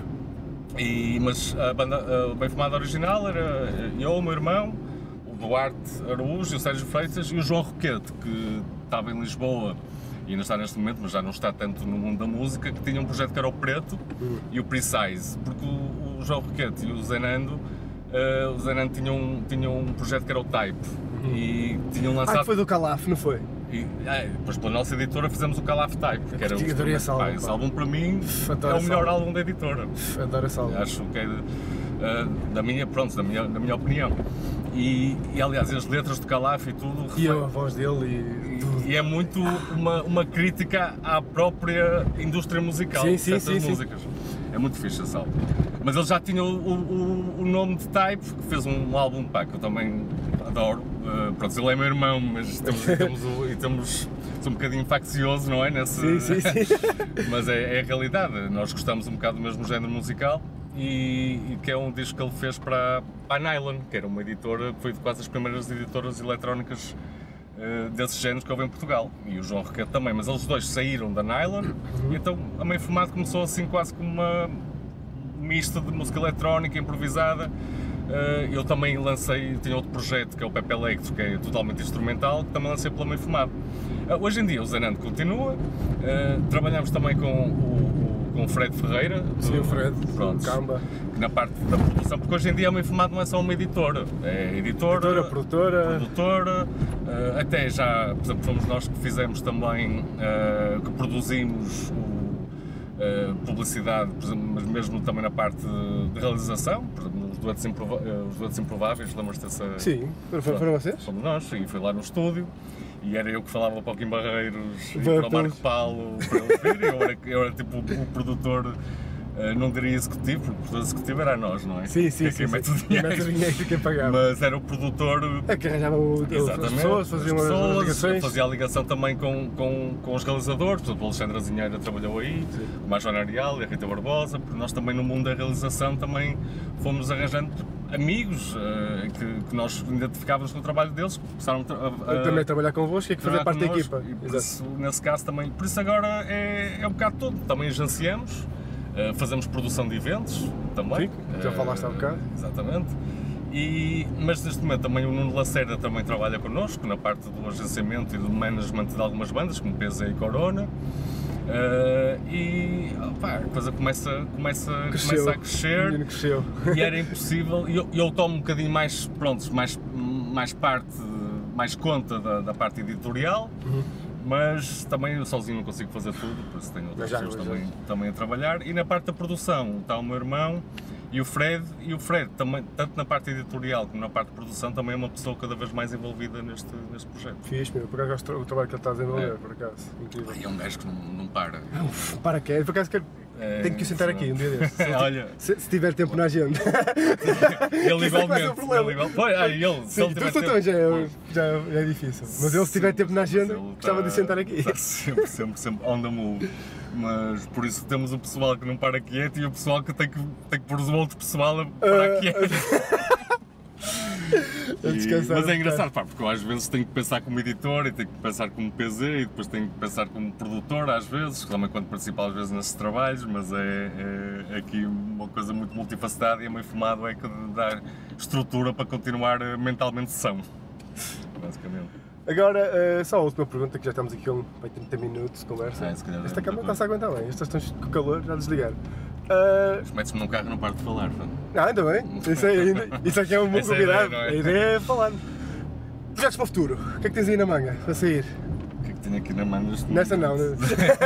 E, mas a banda a Bem Fumada original era eu, o meu irmão, o Duarte Araújo, o Sérgio Freitas e o João Roquete, que estava em Lisboa e ainda está neste momento, mas já não está tanto no mundo da música, que tinha um projeto que era o Preto Uhum. e o Precise, porque o, o João Roquete e o Zenando, uh, o Zenando tinham, um- tinham um projeto que era o Type e tinham Ah, lançado. que foi do Calaf, não foi? E, é, depois pela nossa editora fizemos o Calaf Type, que era o curti, adorei esse álbum, pá, esse pá. álbum para mim Adoro é o esse melhor álbum. álbum da editora. Adoro essa álbum. Acho que é uh, da minha, pronto, da minha, da minha opinião. E, e aliás, as letras do Calaf e tudo. E refle- a voz dele e tudo. e é muito uma, uma crítica à própria indústria musical Sim, de sim, certas sim, sim. músicas. É muito fixe esse álbum. Mas ele já tinha o, o, o nome de Type, que fez um álbum pá, que eu também adoro. Uh, pronto, ele é meu irmão, mas temos, e temos, o- e temos sou um bocadinho faccioso, não é? Nesse, Sim, sim, sim. mas é, é a realidade. Nós gostamos um bocado do mesmo género musical. E, e que é um disco que ele fez para, para a Nylon, que era uma editora que foi de quase as primeiras editoras eletrónicas uh, desses géneros que houve em Portugal. E o João Roquete também, mas eles dois saíram da Nylon e então a Meio Fumado começou assim quase como uma mista de música eletrónica improvisada. Uh, eu também lancei, tinha outro projeto que é o Pepe Electro, que é totalmente instrumental, que também lancei pela Meio Fumado. Uh, hoje em dia o Zenando continua, uh, trabalhamos também com o, o, com o Fred Ferreira, Sim, o Fred, pronto, o Camba. na parte da produção, porque hoje em dia a Meio Fumado não é só uma editora, é editora, Editora, produtora. produtora, uh, até já, por exemplo, fomos nós que fizemos também, uh, que produzimos o, uh, publicidade, por exemplo, mas mesmo também na parte de realização, por exemplo, os Duetos, Improva os Duetos Improváveis, lembras-te dessa... Sim, foram, foram vocês? Fomos nós, e foi lá no estúdio. E era eu que falava para o Kim Barreiros e para o Marco Paulo para ele vir, eu era, eu era tipo o produtor, uh, não diria executivo, porque o produtor executivo era nós, não é? Sim, sim, que é sim. quem sim, mete o sim. dinheiro. Mete o dinheiro e quem pagava. Mas era o produtor... É que arranjava o, as pessoas, fazia as pessoas, as ligações. Fazia a ligação também com, com, com os realizadores, portanto, o Alexandre Azinheira trabalhou aí, sim. O Major Arial e a Rita Barbosa, porque nós também no mundo da realização também fomos arranjando amigos uh, que, que nós identificávamos com o trabalho deles, começaram a, a, a também a trabalhar convosco e que fazer parte connosco, da equipa. E por isso, nesse caso também, por isso agora é, é um bocado todo, também agenciamos, uh, fazemos produção de eventos também. Sim, já falaste há um bocado. Uh, exatamente. E, mas neste momento também o Nuno Lacerda também trabalha connosco na parte do agenciamento e do management de algumas bandas, como P Z e Corona. Uh, e opa, a coisa começa, começa, começa a crescer cresceu. E era impossível, e eu, eu tomo um bocadinho mais, pronto, mais, mais parte, mais conta da, da parte editorial, uhum. Mas também eu sozinho não consigo fazer tudo, por isso tenho outras pessoas também, também a trabalhar. E na parte da produção está o meu irmão e o Fred, e o Fred também, tanto na parte editorial como na parte de produção, também é uma pessoa cada vez mais envolvida neste, neste projeto. Fiz, meu, por acaso o trabalho que ele está a desenvolver, é. Por acaso, incrível. E é um gajo que não, não para. Não, para quê? Por acaso quero... É, tenho que o sentar aqui um dia desses. Se, Olha, se, se tiver tempo na agenda. Ele igualmente. Ele igual... Foi, ah, ele, se ele tiver tempo... já, é, já é difícil. Mas ele, se tiver tempo na agenda, gostava tá, de sentar aqui. Está sempre, sempre, sempre on the move. Mas por isso temos o pessoal que não para quieto e o pessoal que tem que, tem que pôr o outro pessoal a parar uh, quieto. E, mas é engraçado, pá, porque eu às vezes tenho que pensar como editor e tenho que pensar como P Z e depois tenho que pensar como produtor às vezes, também quando participo às vezes nesses trabalhos, mas é, é, é aqui uma coisa muito multifacetada e a Meio Fumado é que dá estrutura para continuar mentalmente são, basicamente. Agora, uh, só a última pergunta, que já estamos aqui com trinta minutos de conversa. É, esta câmera está-se a aguentar bem, estas estão com calor, já desligar. Uh... Mas metes-me num carro e não paro de falar, pá. Ah, ainda bem, isso, é, ainda, isso aqui é um bom convidado, é a ideia é falar. Projetos para o futuro, o que é que tens aí na manga, para sair? O que é que tenho aqui na manga neste Nesta não, né?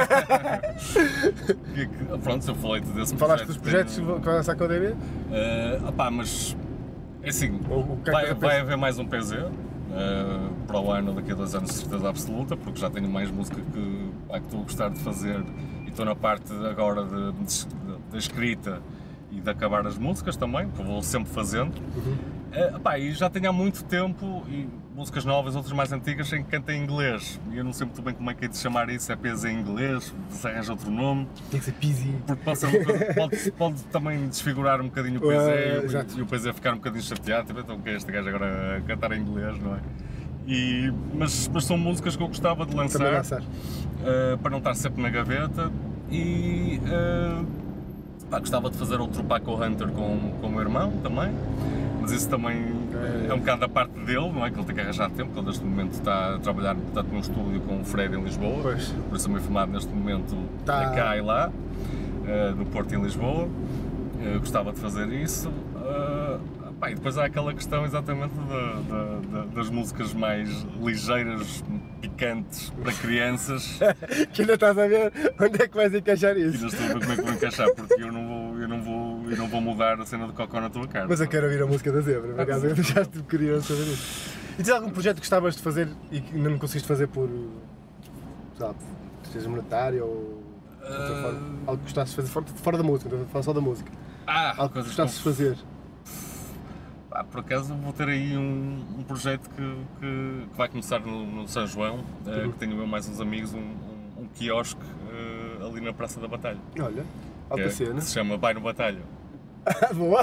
que é que, pronto, eu falei-te desse projeto. Falaste dos projetos que vão começar com a D B? Uh, opá, mas, é assim, o, o que é vai, que vai haver mais um P Z. Uh, para o ano, daqui a dois anos, de certeza absoluta, porque já tenho mais música que, ah, que estou a gostar de fazer e estou na parte agora da escrita e de acabar as músicas também, que vou sempre fazendo. Uhum. Uh, pá, e já tenho há muito tempo e músicas novas, outras mais antigas, em que canta em inglês. E eu não sei muito bem como é que é de chamar isso, é P Z em inglês, se arranja outro nome. Tem que ser P Z. Porque pode, ser uma coisa, pode, pode também desfigurar um bocadinho o P Z uh, e, o, e o P Z ficar um bocadinho chateado, tipo, então o que é este gajo agora a cantar em inglês, não é? E, mas, mas são músicas que eu gostava de lançar, lançar. Uh, para não estar sempre na gaveta e uh, pá, gostava de fazer outro Paco Hunter com, com o meu irmão também. Mas isso também é, é um bocado da parte dele, não é? Que ele tem que arranjar tempo, porque ele neste momento está a trabalhar portanto, num estúdio com o Fred em Lisboa, pois. Por isso o Meio Fumado neste momento tá. É cá e lá, uh, no Porto e em Lisboa. Uh, gostava de fazer isso. Uh, pá, e depois há aquela questão exatamente da, da, da, das músicas mais ligeiras, picantes para crianças. Que ainda estás a ver onde é que vais encaixar isso? E ainda estou a ver como é que vou encaixar, porque eu não vou, eu não vou, eu não vou mudar a cena do cocó na tua cara. Mas eu quero ouvir a música da Zebra, por acaso, eu deixaste-me curioso saber isso. E tens algum projeto que gostavas de fazer e que ainda não conseguiste fazer por, sabe, seja monetário ou de outra uh... forma? Algo que gostasses de fazer fora, fora da música, não falo só da música. Ah, algo que gostasses de fazer? Ah, por acaso vou ter aí um, um projeto que, que, que vai começar no, no São João, uhum. uh, que tenho eu mais uns amigos, um, um, um quiosque uh, ali na Praça da Batalha. Olha, alta que, cena. Que se chama Vai no Batalha. Boa!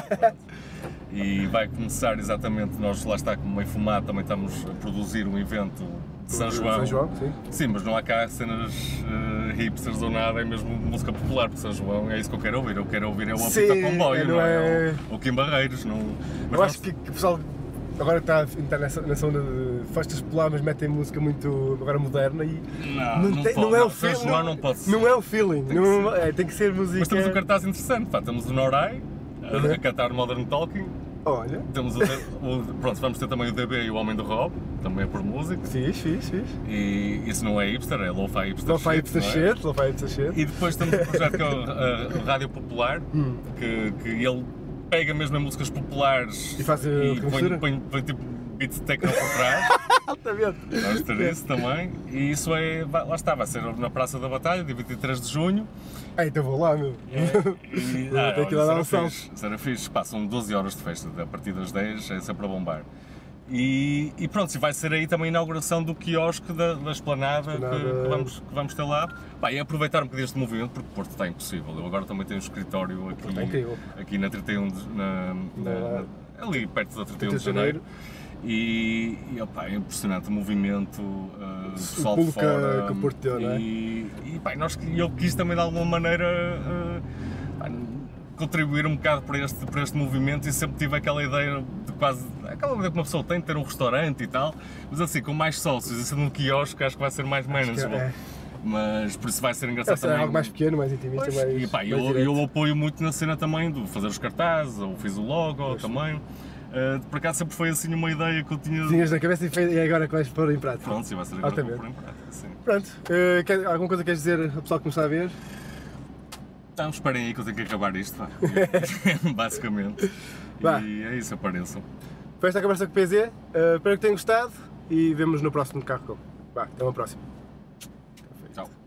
E vai começar exatamente, nós lá está como Meio Fumado, também estamos a produzir um evento de São João. São João, sim. Sim, mas não há cá cenas uh, hipsters ou nada, é mesmo música popular, porque São João é isso que eu quero ouvir. Eu quero ouvir é o Apita Comboio, é, não, não é? é o, o Kim Barreiros. Não, eu acho que, que o pessoal agora está, está nessa, nessa onda de festas populares, mas metem música muito agora moderna e não, não, não, tem, pode, não é não, o feeling. Não, não, pode ser. Não é o feeling, tem, não, que é, tem que ser música. Mas temos um cartaz interessante, pá. Temos o Norai a, uhum. a cantar Modern Talking. Olha. Temos o, o, pronto, vamos ter também o D B e o Homem do Rob, também é por música. Fiz, fiz, fiz. E isso não é hipster, é lo-fi hipster Lo-fi shit, hipster não é? shit, lo-fi hipster shit. E depois temos um projeto que é o, a- o Rádio Popular, Hum. que, que ele pega mesmo em músicas populares E faz a e remixtura? põe, põe, põe tipo beat de techno por trás. Altamente. Vamos ter isso também. E isso é, vai- lá está, vai ser na Praça da Batalha, dia vinte e três de junho. Ah, então vou lá, meu. E, Vou ter que ir lá olha, dar um será salto. fixe, será fixe. Pá, são doze horas de festa, a partir das dez é sempre a bombar. E, e pronto, e vai ser aí também a inauguração do quiosque da, da esplanada que, Esplanada. que vamos, que vamos ter lá. Pá, e aproveitar um bocadinho este movimento, porque Porto está impossível. Eu agora também tenho um escritório aqui, Está incrível. aqui na trinta e um de, na, na- na- ali perto da trinta e um de janeiro. E, e opá, é impressionante o movimento, uh, o pessoal de público que- fora. que o Porto deu, não é? E, e pá, nós, eu quis também de alguma maneira uh, pá, contribuir um bocado para este, para este movimento e sempre tive aquela ideia de quase, aquela ideia que uma pessoa tem de ter um restaurante e tal, mas assim, com mais sócios e sendo um quiosque acho que vai ser mais manageable. é. Mas por isso vai ser engraçado Essa é também. algo mais pequeno, mais intimista, Pois, mais, e pá, mais eu, direto. eu apoio muito na cena também de fazer os cartazes, eu fiz o logo Pois. também. Uh, por acaso sempre foi assim uma ideia que eu tinha. Tinhas na cabeça e fez- e agora que vais pôr em prática. Pronto, sim, vai ser agora que vou Altamente. pôr em prática, sim. Pronto, eh, quer- alguma coisa queres dizer ao pessoal que nos está a ver? Então esperem aí que eu tenho que acabar isto, pá. Basicamente. Vá. E é isso, apareçam. Foi esta a conversa com o P Z, eh, espero que tenham gostado e vemos no próximo Carro Com. Vá, até uma próxima. Tchau.